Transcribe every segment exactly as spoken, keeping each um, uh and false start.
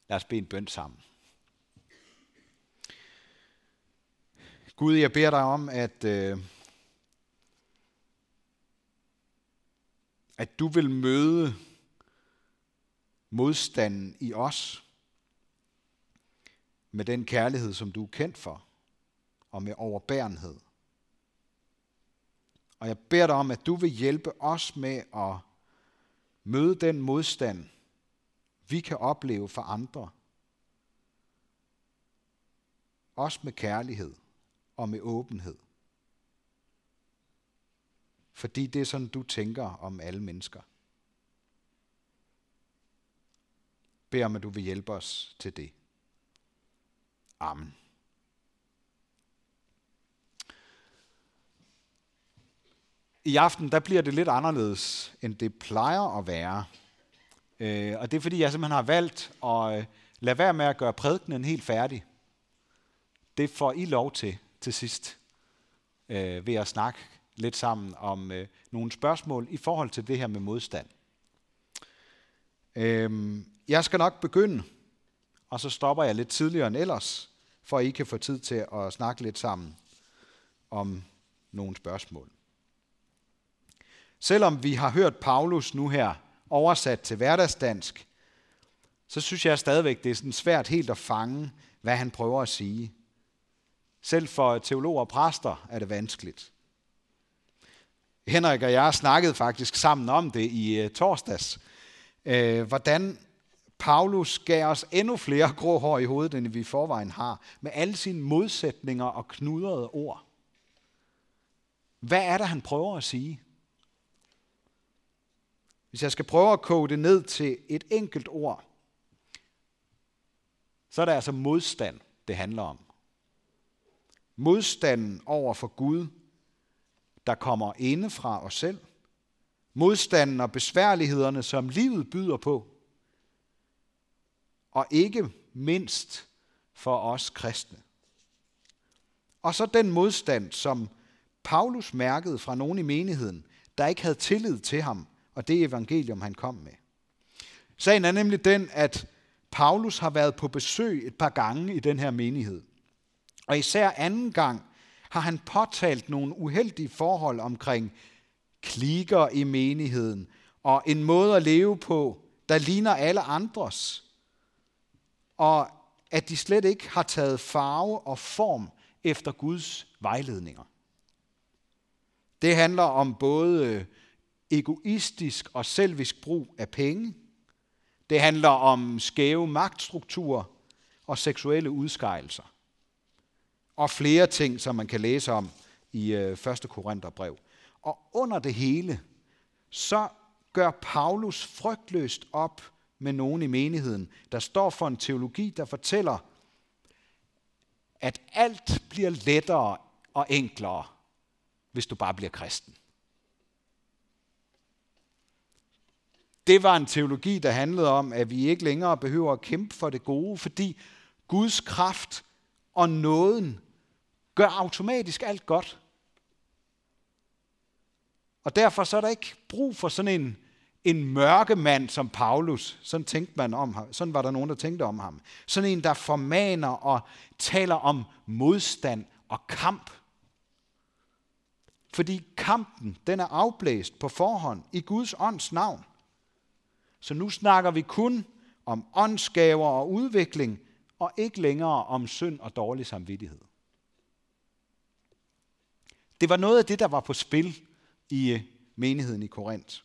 Lad os bede en bøn sammen. Gud, jeg beder dig om, at, øh, at du vil møde modstanden i os med den kærlighed, som du er kendt for, og med overbærenhed. Og jeg beder dig om, at du vil hjælpe os med at møde den modstand, vi kan opleve for andre. Også med kærlighed og med åbenhed. Fordi det er sådan, du tænker om alle mennesker. Bed om, at du vil hjælpe os til det. Amen. I aften, der bliver det lidt anderledes, end det plejer at være. Øh, og det er, fordi jeg simpelthen har valgt at øh, lade være med at gøre prædikenen helt færdig. Det får I lov til til sidst, øh, ved at snakke lidt sammen om øh, nogle spørgsmål i forhold til det her med modstand. Øh, jeg skal nok begynde, og så stopper jeg lidt tidligere end ellers, for at I kan få tid til at snakke lidt sammen om nogle spørgsmål. Selvom vi har hørt Paulus nu her oversat til hverdagsdansk, så synes jeg stadigvæk, det er sådan svært helt at fange, hvad han prøver at sige. Selv for teologer og præster er det vanskeligt. Henrik og jeg snakkede faktisk sammen om det i uh, torsdags, uh, hvordan Paulus gav os endnu flere grå hår i hovedet, end vi i forvejen har, med alle sine modsætninger og knudrede ord. Hvad er det, han prøver at sige? Hvis jeg skal prøve at koge det ned til et enkelt ord, så er det altså modstand, det handler om. Modstanden over for Gud, der kommer inde fra os selv. Modstanden og besværlighederne, som livet byder på. Og ikke mindst for os kristne. Og så den modstand, som Paulus mærkede fra nogen i menigheden, der ikke havde tillid til ham, og det evangelium, han kom med. Sagen er nemlig den, at Paulus har været på besøg et par gange i den her menighed. Og især anden gang har han påtalt nogle uheldige forhold omkring kliker i menigheden, og en måde at leve på, der ligner alle andres, og at de slet ikke har taget farve og form efter Guds vejledninger. Det handler om både egoistisk og selvisk brug af penge. Det handler om skæve magtstrukturer og seksuelle udskejelser. Og flere ting, som man kan læse om i første Korintherbrev. Og under det hele, så gør Paulus frygtløst op med nogen i menigheden, der står for en teologi, der fortæller, at alt bliver lettere og enklere, hvis du bare bliver kristen. Det var en teologi, der handlede om, at vi ikke længere behøver at kæmpe for det gode, fordi Guds kraft og nåden gør automatisk alt godt. Og derfor så er der ikke brug for sådan en, en mørkemand som Paulus. Sådan tænkte man om ham. Sådan var der nogen, der tænkte om ham. Sådan en, der formaner og taler om modstand og kamp. Fordi kampen, den er afblæst på forhånd i Guds ånds navn. Så nu snakker vi kun om åndsgaver og udvikling, og ikke længere om synd og dårlig samvittighed. Det var noget af det, der var på spil i menigheden i Korinth.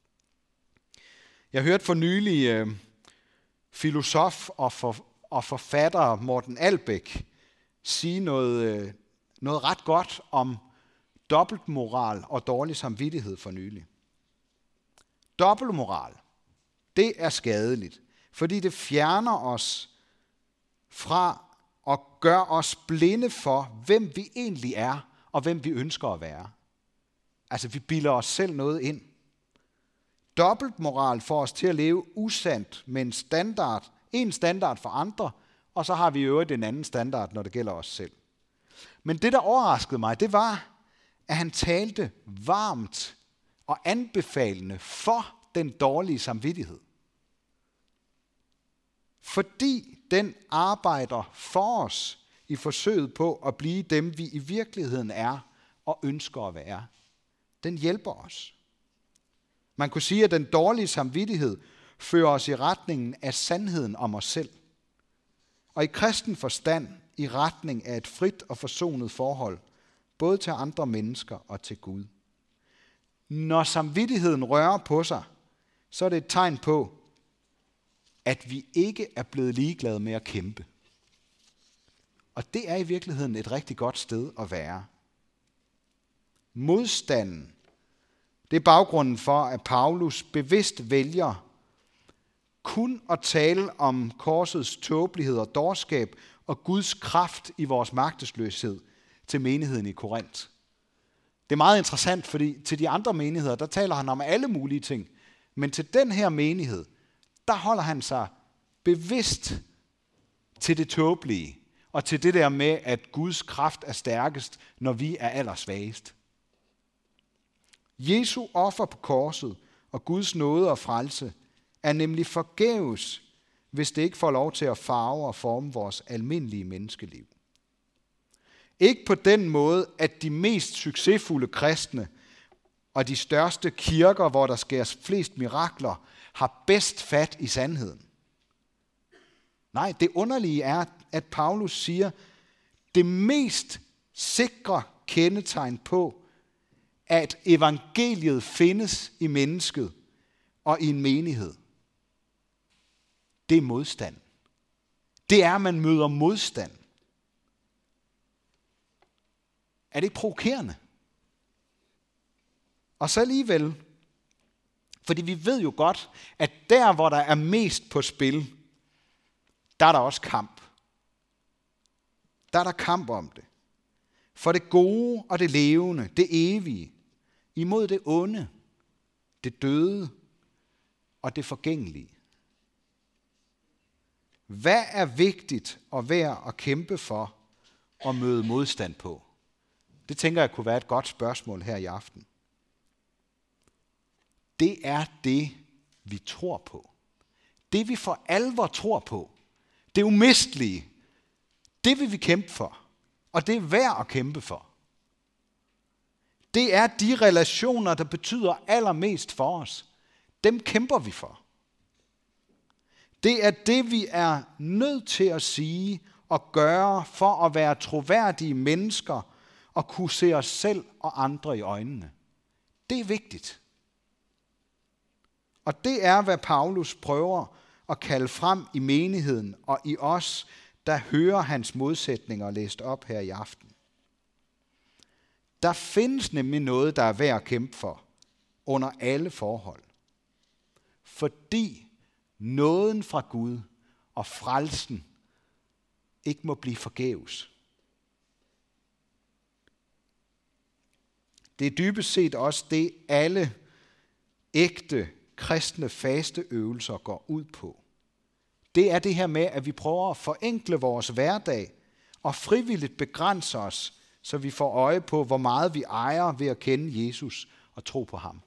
Jeg hørte for nylig øh, filosof og, for, og forfatter Morten Albæk sige noget, øh, noget ret godt om dobbeltmoral og dårlig samvittighed for nylig. Dobbeltmoral, det er skadeligt, fordi det fjerner os fra og gør os blinde for, hvem vi egentlig er, og hvem vi ønsker at være. Altså, vi bilder os selv noget ind. Dobbeltmoral får os til at leve usandt med en standard, en standard for andre, og så har vi i øvrigt en anden standard, når det gælder os selv. Men det, der overraskede mig, det var, at han talte varmt og anbefalende for den dårlige samvittighed. fordi den arbejder for os i forsøget på at blive dem, vi i virkeligheden er og ønsker at være. Den hjælper os. Man kunne sige, at den dårlige samvittighed fører os i retningen af sandheden om os selv. Og i kristen forstand i retning af et frit og forsonet forhold, både til andre mennesker og til Gud. Når samvittigheden rører på sig, så er det et tegn på, at vi ikke er blevet ligeglade med at kæmpe. Og det er i virkeligheden et rigtig godt sted at være. Modstanden, det er baggrunden for, at Paulus bevidst vælger kun at tale om korsets tåbelighed og dårskab og Guds kraft i vores magtesløshed til menigheden i Korinth. Det er meget interessant, fordi til de andre menigheder, der taler han om alle mulige ting. Men til den her menighed, der holder han sig bevidst til det tåbelige. Og til det der med, at Guds kraft er stærkest, når vi er allersvagest. Jesu offer på korset og Guds nåde og frelse er nemlig forgæves, hvis det ikke får lov til at farve og forme vores almindelige menneskeliv. Ikke på den måde, at de mest succesfulde kristne og de største kirker, hvor der sker flest mirakler, har bedst fat i sandheden. Nej, det underlige er, at Paulus siger, det mest sikre kendetegn på, at evangeliet findes i mennesket og i en menighed, det er modstand. Det er, at man møder modstand. Er det ikke provokerende? Og så alligevel, fordi vi ved jo godt, at der, hvor der er mest på spil, der er der også kamp. Der er der kamp om det. For det gode og det levende, det evige, imod det onde, det døde og det forgængelige. Hvad er vigtigt og værd at kæmpe for og møde modstand på? Det tænker jeg kunne være et godt spørgsmål her i aften. Det er det, vi tror på. Det vi for alvor tror på. Det umistelige. Det vil vi kæmpe for. Og det er værd at kæmpe for. Det er de relationer, der betyder allermest for os. Dem kæmper vi for. Det er det, vi er nødt til at sige og gøre for at være troværdige mennesker og kunne se os selv og andre i øjnene. Det er vigtigt. Og det er, hvad Paulus prøver at kalde frem i menigheden og i os, der hører hans modsætninger læst op her i aften. Der findes nemlig noget, der er værd at kæmpe for under alle forhold. Fordi nåden fra Gud og frelsen ikke må blive forgæves. Det er dybest set også det, alle ægte kristne fasteøvelser går ud på. Det er det her med, at vi prøver at forenkle vores hverdag og frivilligt begrænse os, så vi får øje på, hvor meget vi ejer ved at kende Jesus og tro på ham.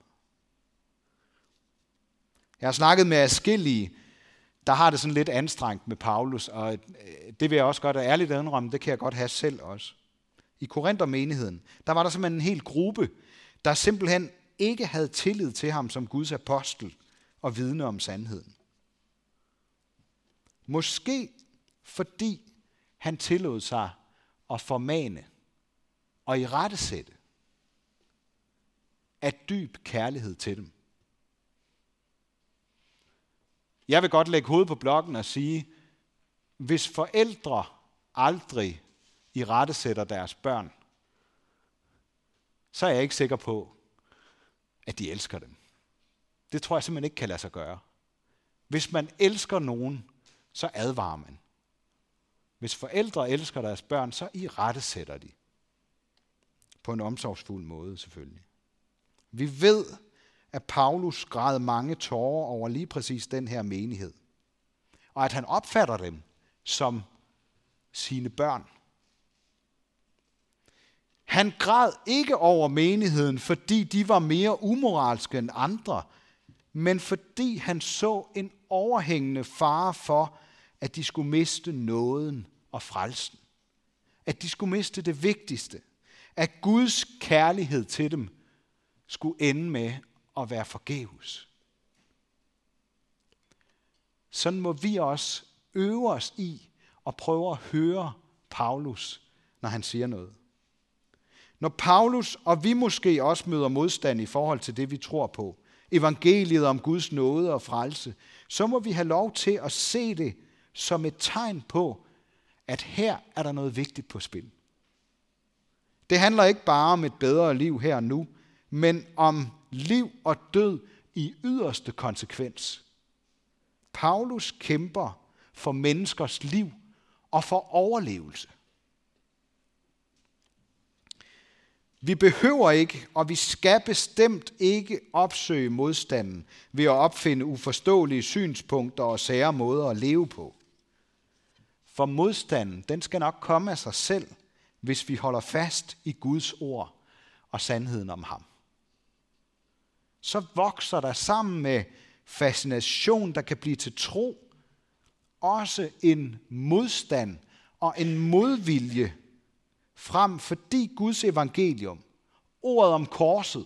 Jeg har snakket med adskillige, der har det sådan lidt anstrengt med Paulus, og det vil jeg også godt ærligt indrømme, det kan jeg godt have selv også. I Korinther-menigheden, der var der simpelthen en hel gruppe, der simpelthen ikke havde tillid til ham som Guds apostel og vidne om sandheden. Måske fordi han tillod sig at formane og irettesætte af dyb kærlighed til dem. Jeg vil godt lægge hovedet på blokken og sige, hvis forældre aldrig irettesætter deres børn, så er jeg ikke sikker på, at de elsker dem. Det tror jeg simpelthen ikke kan lade sig gøre. Hvis man elsker nogen, så advarer man. Hvis forældre elsker deres børn, så irettesætter de. På en omsorgsfuld måde selvfølgelig. Vi ved, at Paulus græd mange tårer over lige præcis den her menighed. Og at han opfatter dem som sine børn. Han græd ikke over menigheden, fordi de var mere umoralske end andre, men fordi han så en overhængende fare for, at de skulle miste nåden og frelsen. At de skulle miste det vigtigste. At Guds kærlighed til dem skulle ende med at være forgæves. Sådan må vi også øve os i at prøve at høre Paulus, når han siger noget. Når Paulus og vi måske også møder modstand i forhold til det, vi tror på, evangeliet om Guds nåde og frelse, så må vi have lov til at se det som et tegn på, at her er der noget vigtigt på spil. Det handler ikke bare om et bedre liv her og nu, men om liv og død i yderste konsekvens. Paulus kæmper for menneskers liv og for overlevelse. Vi behøver ikke, og vi skal bestemt ikke opsøge modstanden ved at opfinde uforståelige synspunkter og sære måder at leve på. For modstanden, den skal nok komme af sig selv, hvis vi holder fast i Guds ord og sandheden om ham. Så vokser der sammen med fascination, der kan blive til tro, også en modstand og en modvilje frem, fordi Guds evangelium, ordet om korset,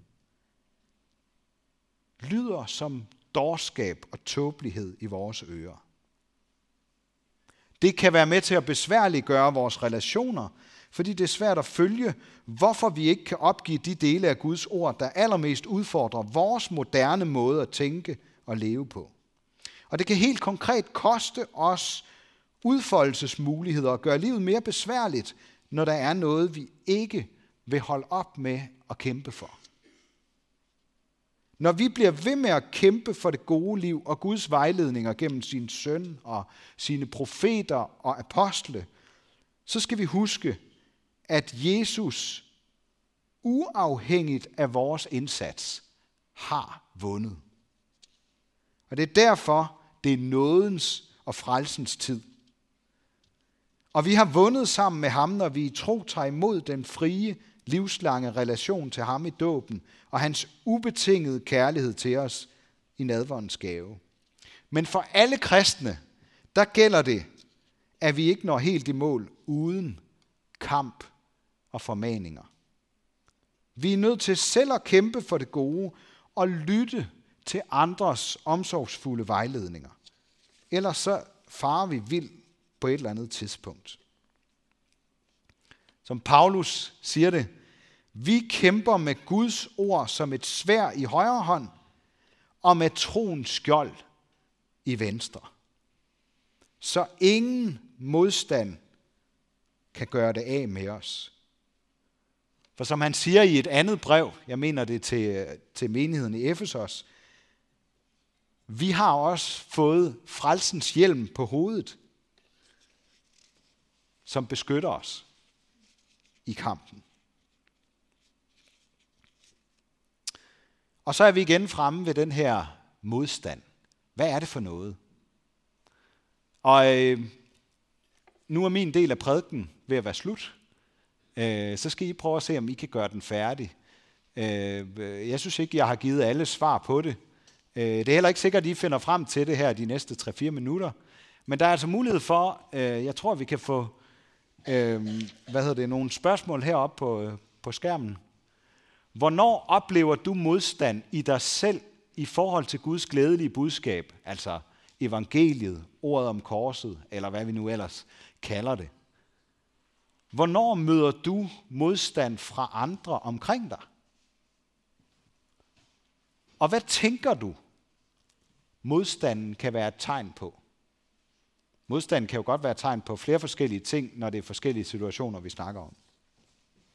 lyder som dårskab og tåbelighed i vores ører. Det kan være med til at besværliggøre vores relationer, fordi det er svært at følge, hvorfor vi ikke kan opgive de dele af Guds ord, der allermest udfordrer vores moderne måde at tænke og leve på. Og det kan helt konkret koste os udfoldelsesmuligheder og gøre livet mere besværligt, når der er noget, vi ikke vil holde op med at kæmpe for. Når vi bliver ved med at kæmpe for det gode liv og Guds vejledninger gennem sin søn og sine profeter og apostle, så skal vi huske, at Jesus uafhængigt af vores indsats har vundet. Og det er derfor, det er nådens og frelsens tid. Og vi har vundet sammen med ham, når vi i tro tager imod den frie, livslange relation til ham i dåben, og hans ubetingede kærlighed til os i nadverens gave. Men for alle kristne, der gælder det, at vi ikke når helt i mål uden kamp og formaninger. Vi er nødt til selv at kæmpe for det gode og lytte til andres omsorgsfulde vejledninger. Ellers så farer vi vild på et eller andet tidspunkt. Som Paulus siger det, vi kæmper med Guds ord som et sværd i højre hånd og med troens skjold i venstre. Så ingen modstand kan gøre det af med os. For som han siger i et andet brev, jeg mener det til, til menigheden i Efesos, vi har også fået frelsens hjelm på hovedet, som beskytter os i kampen. Og så er vi igen fremme ved den her modstand. Hvad er det for noget? Og øh, nu er min del af prædiken ved at være slut. Øh, så skal I prøve at se, om I kan gøre den færdig. Øh, jeg synes ikke, jeg har givet alle svar på det. Øh, det er heller ikke sikkert, at I finder frem til det her de næste tre fire minutter. Men der er altså mulighed for, øh, jeg tror, vi kan få øh, hvad hedder det, nogle spørgsmål heroppe på, på skærmen. Hvornår oplever du modstand i dig selv i forhold til Guds glædelige budskab, altså evangeliet, ordet om korset, eller hvad vi nu ellers kalder det? Hvornår møder du modstand fra andre omkring dig? Og hvad tænker du, modstanden kan være et tegn på? Modstanden kan jo godt være et tegn på flere forskellige ting, når det er forskellige situationer, vi snakker om.